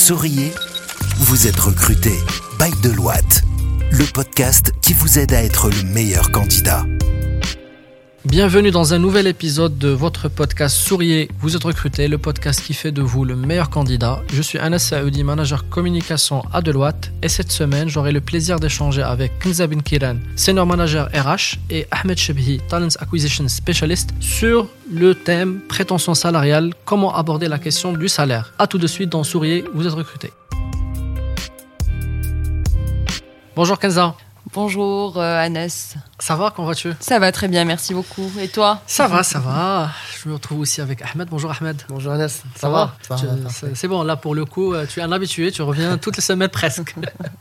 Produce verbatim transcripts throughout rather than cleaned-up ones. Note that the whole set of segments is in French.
Souriez, vous êtes recruté by Deloitte, le podcast qui vous aide à être le meilleur candidat. Bienvenue dans un nouvel épisode de votre podcast Souriez, vous êtes recruté, le podcast qui fait de vous le meilleur candidat. Je suis Anas Saoudi, manager communication à Deloitte, et cette semaine, j'aurai le plaisir d'échanger avec Kenza Ben Kiran, senior manager R H, et Ahmed Chebhi, talent acquisition specialist, sur le thème prétention salariale, comment aborder la question du salaire. A tout de suite dans Souriez, vous êtes recruté. Bonjour Kenza. Bonjour euh, Anas. Ça va, comment vas-tu? Ça va très bien, merci beaucoup. Et toi? Ça va, ça va. Je me retrouve aussi avec Ahmed. Bonjour Ahmed. Bonjour Anas. Ça, ça va, va, ça tu, va c'est, c'est bon, là pour le coup, tu es un habitué, tu reviens toutes les semaines presque.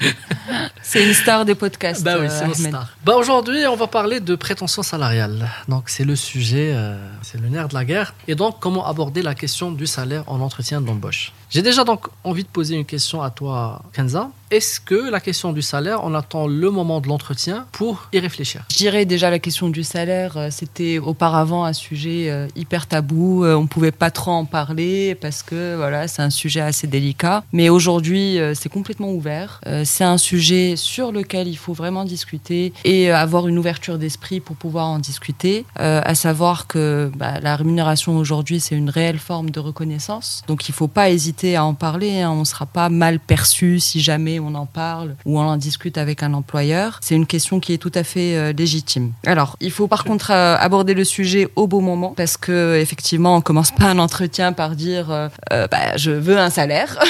C'est une star des podcasts. Bah oui, c'est euh, une star. Bah aujourd'hui, on va parler de prétention salariale. Donc c'est le sujet, euh, c'est le nerf de la guerre. Et donc, comment aborder la question du salaire en entretien d'embauche. J'ai déjà donc envie de poser une question à toi, Kenza. Est-ce que la question du salaire, on attend le moment de l'entretien pour y réfléchir? Je dirais déjà la question du salaire, euh, c'était auparavant un sujet euh, hyper tabou. Euh, on ne pouvait pas trop en parler parce que voilà, c'est un sujet assez délicat. Mais aujourd'hui, euh, c'est complètement ouvert. Euh, c'est un sujet sur lequel il faut vraiment discuter et euh, avoir une ouverture d'esprit pour pouvoir en discuter. Euh, à savoir que bah, la rémunération aujourd'hui, c'est une réelle forme de reconnaissance. Donc il ne faut pas hésiter à en parler, hein. On ne sera pas mal perçu si jamais on en parle ou on en discute avec un employeur. C'est une question qui est tout à fait euh, légitime. Alors, il faut par contre euh, aborder le sujet au bon moment parce que effectivement, on commence pas un entretien par dire euh, euh, bah, je veux un salaire.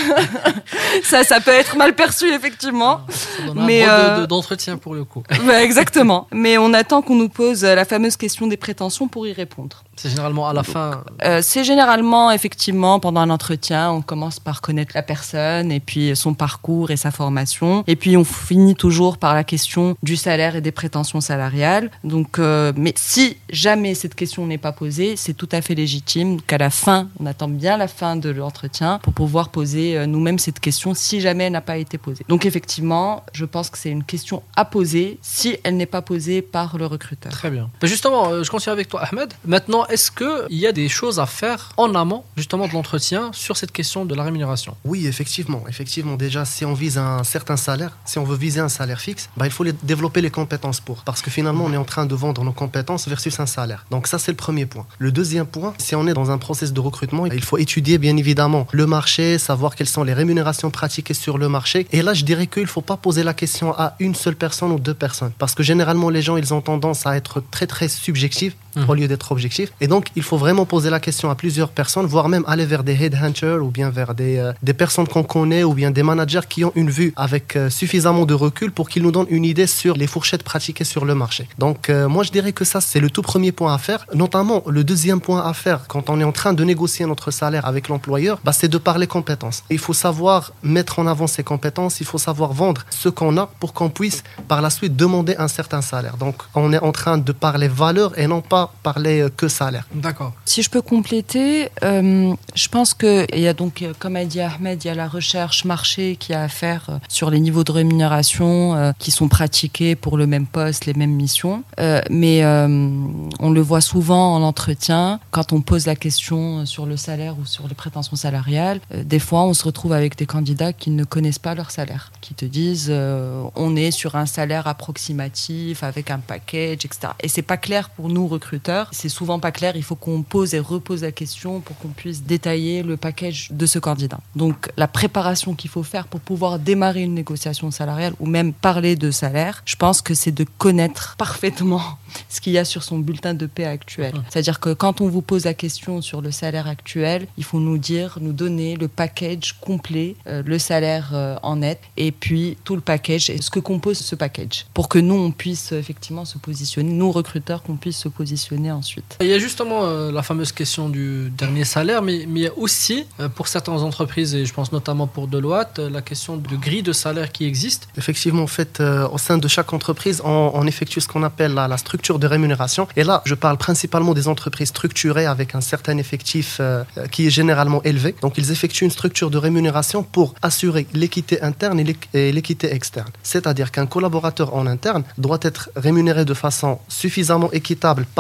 ça, ça peut être mal perçu effectivement. Ça donne Mais un euh... de, de, d'entretien pour le coup. Ouais, exactement. Mais on attend qu'on nous pose la fameuse question des prétentions pour y répondre. C'est généralement à la fin. Euh, c'est généralement, effectivement, pendant un entretien, on commence par connaître la personne et puis son parcours et sa formation. Et puis, on finit toujours par la question du salaire et des prétentions salariales. Donc, euh, mais si jamais cette question n'est pas posée, c'est tout à fait légitime qu'à la fin, on attend bien la fin de l'entretien pour pouvoir poser euh, nous-mêmes cette question si jamais elle n'a pas été posée. Donc, effectivement, je pense que c'est une question à poser si elle n'est pas posée par le recruteur. Très bien. Mais justement, euh, je continue avec toi, Ahmed. Maintenant, est-ce qu'il y a des choses à faire en amont, justement, de l'entretien sur cette question de la rémunération? Oui, effectivement. Effectivement, déjà, si on vise un certain salaire, si on veut viser un salaire fixe, bah, il faut les, développer les compétences pour. Parce que finalement, on est en train de vendre nos compétences versus un salaire. Donc ça, c'est le premier point. Le deuxième point, si on est dans un processus de recrutement, il faut étudier, bien évidemment, le marché, savoir quelles sont les rémunérations pratiquées sur le marché. Et là, je dirais qu'il ne faut pas poser la question à une seule personne ou deux personnes. Parce que généralement, les gens, ils ont tendance à être très, très subjectifs mmh. au lieu d'être objectifs. Et donc, il faut vraiment poser la question à plusieurs personnes, voire même aller vers des headhunters ou bien vers des, euh, des personnes qu'on connaît ou bien des managers qui ont une vue avec euh, suffisamment de recul pour qu'ils nous donnent une idée sur les fourchettes pratiquées sur le marché. Donc, euh, moi, je dirais que ça, c'est le tout premier point à faire. Notamment, le deuxième point à faire quand on est en train de négocier notre salaire avec l'employeur, bah, c'est de parler compétences. Il faut savoir mettre en avant ses compétences, il faut savoir vendre ce qu'on a pour qu'on puisse par la suite demander un certain salaire. Donc, on est en train de parler valeur et non pas parler euh, que salaire. D'accord. Si je peux compléter, euh, je pense qu'il y a donc, comme a dit Ahmed, il y a la recherche marché qui a à faire euh, sur les niveaux de rémunération euh, qui sont pratiqués pour le même poste, les mêmes missions. Euh, mais euh, on le voit souvent en entretien, quand on pose la question sur le salaire ou sur les prétentions salariales, euh, des fois on se retrouve avec des candidats qui ne connaissent pas leur salaire, qui te disent euh, on est sur un salaire approximatif avec un package, et cetera. Et c'est pas clair pour nous recruteurs, c'est souvent pas clair, il faut qu'on pose et repose la question pour qu'on puisse détailler le package de ce candidat. Donc la préparation qu'il faut faire pour pouvoir démarrer une négociation salariale ou même parler de salaire, je pense que c'est de connaître parfaitement ce qu'il y a sur son bulletin de paie actuel. Mmh. C'est-à-dire que quand on vous pose la question sur le salaire actuel, il faut nous dire, nous donner le package complet, euh, le salaire euh, en net et puis tout le package et ce que compose ce package pour que nous on puisse effectivement se positionner, nous recruteurs qu'on puisse se positionner ensuite. Il y a justement euh, la fameuse question du dernier salaire, mais, mais il y a aussi, euh, pour certaines entreprises, et je pense notamment pour Deloitte, euh, la question de grille de salaire qui existe. Effectivement, en fait, euh, au sein de chaque entreprise, on, on effectue ce qu'on appelle la, la structure de rémunération. Et là, je parle principalement des entreprises structurées avec un certain effectif euh, qui est généralement élevé. Donc, ils effectuent une structure de rémunération pour assurer l'équité interne et l'équité externe. C'est-à-dire qu'un collaborateur en interne doit être rémunéré de façon suffisamment équitable par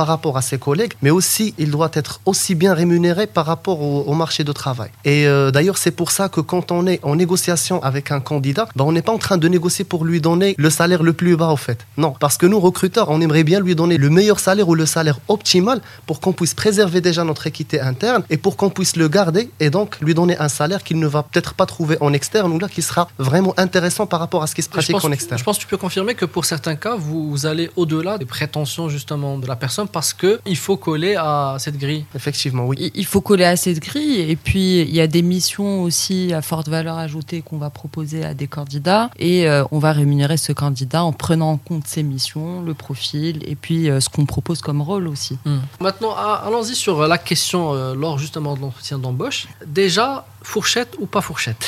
rapport à ses collègues, mais aussi il doit être aussi bien rémunéré par rapport au, au marché de travail. Et euh, d'ailleurs, c'est pour ça que quand on est en négociation avec un candidat, ben, on n'est pas en train de négocier pour lui donner le salaire le plus bas, au fait. Non, parce que nous, recruteurs, on aimerait bien lui donner le meilleur salaire ou le salaire optimal pour qu'on puisse préserver déjà notre équité interne et pour qu'on puisse le garder et donc lui donner un salaire qu'il ne va peut-être pas trouver en externe ou là qui sera vraiment intéressant par rapport à ce qui se pratique en externe. Je pense que tu peux confirmer que pour certains cas, vous, vous allez au-delà des prétentions justement de la personne parce qu'il faut coller à cette grille. Effectivement, oui. Il faut coller à cette grille et puis il y a des missions aussi à forte valeur ajoutée qu'on va proposer à des candidats et euh, on va rémunérer ce candidat en prenant en compte ses missions, le profil et puis euh, ce qu'on propose comme rôle aussi. Mmh. Maintenant, allons-y sur la question euh, lors justement de l'entretien d'embauche. Déjà, fourchette ou pas fourchette?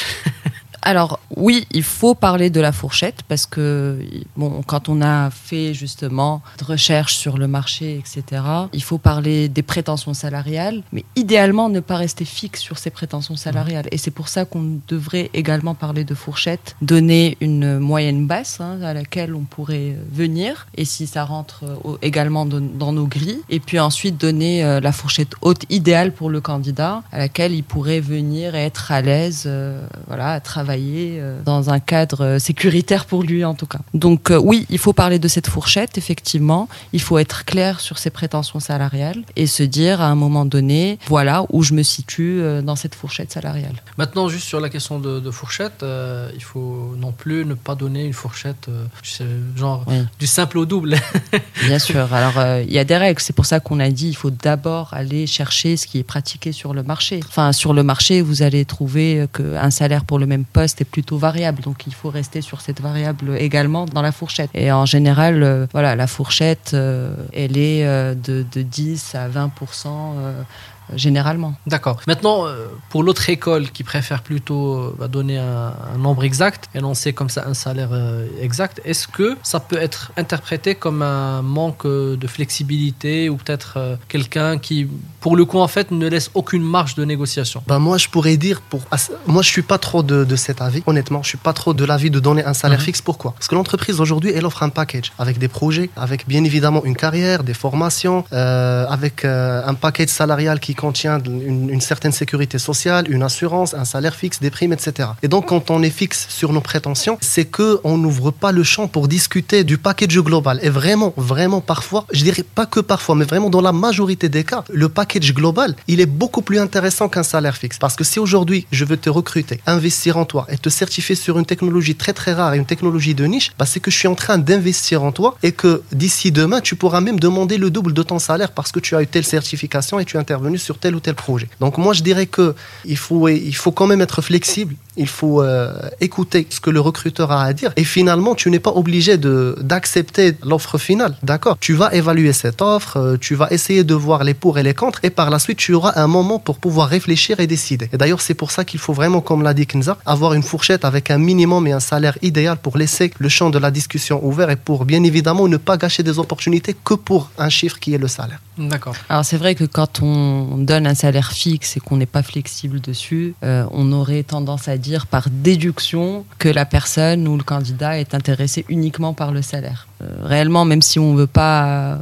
Alors oui, il faut parler de la fourchette parce que bon, quand on a fait justement de recherche sur le marché, et cetera, il faut parler des prétentions salariales, mais idéalement ne pas rester fixe sur ces prétentions salariales. Et c'est pour ça qu'on devrait également parler de fourchette, donner une moyenne basse hein, à laquelle on pourrait venir, et si ça rentre euh, également de, dans nos grilles, et puis ensuite donner euh, la fourchette haute idéale pour le candidat, à laquelle il pourrait venir et être à l'aise, euh, voilà, à travailler dans un cadre sécuritaire pour lui en tout cas. Donc euh, oui, il faut parler de cette fourchette, effectivement. Il faut être clair sur ses prétentions salariales et se dire à un moment donné, voilà où je me situe dans cette fourchette salariale. Maintenant, juste sur la question de, de fourchette, euh, il faut non plus ne pas donner une fourchette euh, genre oui. du simple au double. Bien sûr. Alors euh, il y a des règles. C'est pour ça qu'on a dit il faut d'abord aller chercher ce qui est pratiqué sur le marché. Enfin, sur le marché, vous allez trouver qu'un salaire pour le même poste est plutôt variable, donc il faut rester sur cette variable également dans la fourchette. Et en général, euh, voilà, la fourchette, euh, elle est euh, de, de dix à vingt pour cent euh, généralement. D'accord. Maintenant, euh, pour l'autre école qui préfère plutôt euh, donner un, un nombre exact et annoncer comme ça un salaire euh, exact, est-ce que ça peut être interprété comme un manque euh, de flexibilité ou peut-être euh, quelqu'un qui, pour le coup, en fait, ne laisse aucune marge de négociation? Ben moi, je pourrais dire, pour... moi, je suis pas trop de, de cet avis. Honnêtement, je suis pas trop de l'avis de donner un salaire mmh. fixe. Pourquoi? Parce que l'entreprise aujourd'hui, elle offre un package avec des projets, avec bien évidemment une carrière, des formations, euh, avec euh, un package salarial qui contient une, une certaine sécurité sociale, une assurance, un salaire fixe, des primes, et cetera. Et donc, quand on est fixe sur nos prétentions, c'est qu'on n'ouvre pas le champ pour discuter du package global. Et vraiment, vraiment, parfois, je dirais pas que parfois, mais vraiment dans la majorité des cas, le package global, il est beaucoup plus intéressant qu'un salaire fixe. Parce que si aujourd'hui, je veux te recruter, investir en toi et te certifier sur une technologie très très rare et une technologie de niche, bah, c'est que je suis en train d'investir en toi et que d'ici demain, tu pourras même demander le double de ton salaire parce que tu as eu telle certification et tu es intervenu sur tel ou tel projet. Donc moi je dirais que il faut, il faut quand même être flexible, il faut euh, écouter ce que le recruteur a à dire et finalement tu n'es pas obligé de, d'accepter l'offre finale, d'accord? Tu vas évaluer cette offre, euh, tu vas essayer de voir les pour et les contre et par la suite tu auras un moment pour pouvoir réfléchir et décider. Et d'ailleurs c'est pour ça qu'il faut vraiment, comme l'a dit Kenza, avoir une fourchette avec un minimum et un salaire idéal pour laisser le champ de la discussion ouvert et pour bien évidemment ne pas gâcher des opportunités que pour un chiffre qui est le salaire. D'accord. Alors c'est vrai que quand on donne un salaire fixe et qu'on n'est pas flexible dessus, euh, on aurait tendance à dire par déduction que la personne ou le candidat est intéressé uniquement par le salaire. Euh, réellement, même si on veut pas, euh,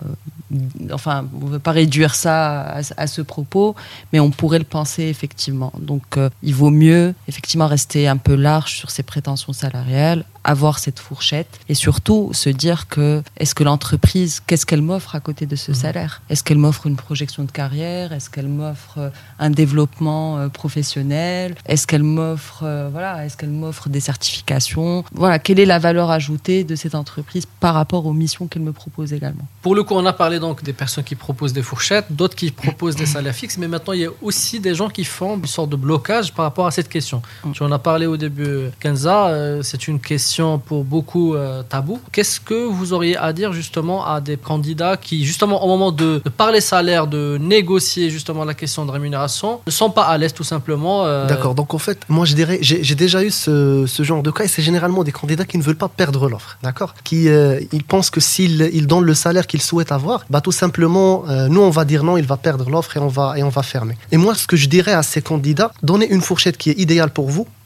enfin, on veut pas réduire ça à, à ce propos, mais on pourrait le penser effectivement. Donc, euh, il vaut mieux effectivement rester un peu large sur ses prétentions salariales, avoir cette fourchette et surtout se dire que est-ce que l'entreprise, qu'est-ce qu'elle m'offre à côté de ce salaire? Est-ce qu'elle m'offre une projection de carrière? Est-ce qu'elle m'offre un développement professionnel? Est-ce qu'elle m'offre, euh, voilà, est-ce qu'elle m'offre des certifications? Voilà, quelle est la valeur ajoutée de cette entreprise par rapport aux missions qu'elle me propose également? Pour le coup, on a parlé donc des personnes qui proposent des fourchettes, d'autres qui proposent des salaires fixes, mais maintenant il y a aussi des gens qui font une sorte de blocage par rapport à cette question. Mm. Tu en as parlé au début, Kenza, euh, c'est une question pour beaucoup euh, tabou. Qu'est-ce que vous auriez à dire justement à des candidats qui, justement, au moment de, de parler salaire, de négocier justement la question de rémunération, ne sont pas à l'aise tout simplement euh... D'accord, donc en fait, moi je dirais, j'ai, j'ai déjà eu ce, ce genre de cas et c'est généralement des candidats qui ne veulent pas perdre l'offre, d'accord? Qui euh, ils pensent que s'ils ils donnent le salaire qu'ils souhaitent avoir, bah tout simplement, euh, nous on va dire non, il va perdre l'offre et on va, et on va fermer. Et moi ce que je dirais à ces candidats, donnez une fourchette qui est idéale pour vous,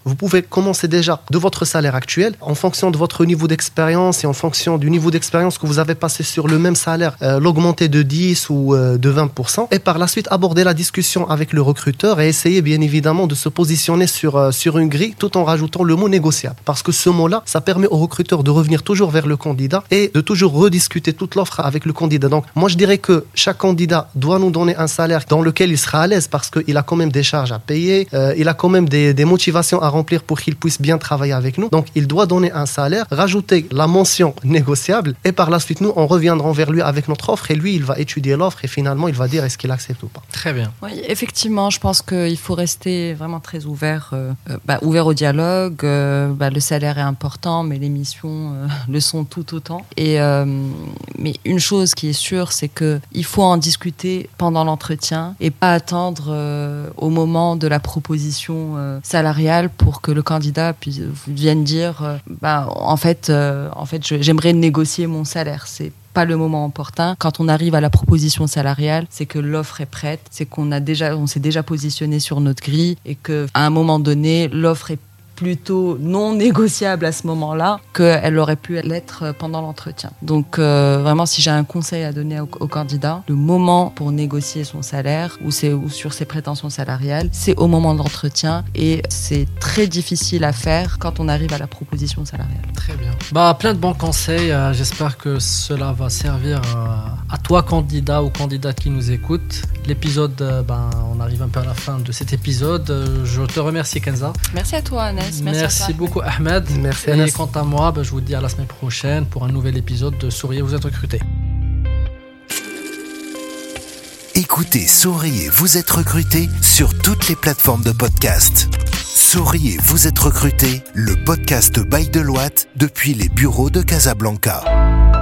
Vous pouvez commencer déjà de votre salaire actuel, en fonction de votre niveau d'expérience et en fonction du niveau d'expérience que vous avez passé sur le même salaire, euh, l'augmenter de dix ou euh, de vingt pour cent. Et par la suite, aborder la discussion avec le recruteur et essayer bien évidemment de se positionner sur, euh, sur une grille tout en rajoutant le mot négociable. Parce que ce mot-là, ça permet au recruteur de revenir toujours vers le candidat et de toujours rediscuter toute l'offre avec le candidat. Donc moi, je dirais que chaque candidat doit nous donner un salaire dans lequel il sera à l'aise parce qu'il a quand même des charges à payer, euh, il a quand même des, des motivations à remplir pour qu'il puisse bien travailler avec nous. Donc il doit donner un salaire, rajouter la mention négociable et par la suite, nous, on reviendra vers lui avec notre offre et lui, il va étudier l'offre et finalement, il va dire est-ce qu'il accepte ou pas. Très bien. Oui, effectivement, je pense qu'il faut rester vraiment très ouvert, euh, bah, ouvert au dialogue. Euh, bah, le salaire est important, mais les missions euh, le sont tout autant. Et, euh, mais une chose qui est sûre, c'est qu'il faut en discuter pendant l'entretien et pas attendre euh, au moment de la proposition euh, salariale pour que le candidat puisse, vienne dire euh, bah, en fait, euh, en fait je, j'aimerais négocier mon salaire. C'est pas le moment opportun. Quand on arrive à la proposition salariale, c'est que l'offre est prête, c'est qu'on a déjà, on s'est déjà positionné sur notre grille et qu'à un moment donné, l'offre est plutôt non négociable à ce moment-là qu'elle aurait pu l'être pendant l'entretien. Donc euh, vraiment, si j'ai un conseil à donner au, au candidat, le moment pour négocier son salaire ou, c'est, ou sur ses prétentions salariales, c'est au moment de l'entretien et c'est très difficile à faire quand on arrive à la proposition salariale. Très bien. Bah, plein de bons conseils. Euh, j'espère que cela va servir euh, à toi, candidat ou candidate qui nous écoute. L'épisode, euh, ben, on arrive un peu à la fin de cet épisode. Euh, je te remercie, Kenza. Merci à toi, Anas. Merci, Merci toi, beaucoup, Ahmed. Merci, Et Anas. quant à moi, ben, je vous dis à la semaine prochaine pour un nouvel épisode de Souriez, vous êtes recruté. Écoutez Souriez, vous êtes recruté sur toutes les plateformes de podcast. Souriez, vous êtes recruté, le podcast by Deloitte depuis les bureaux de Casablanca.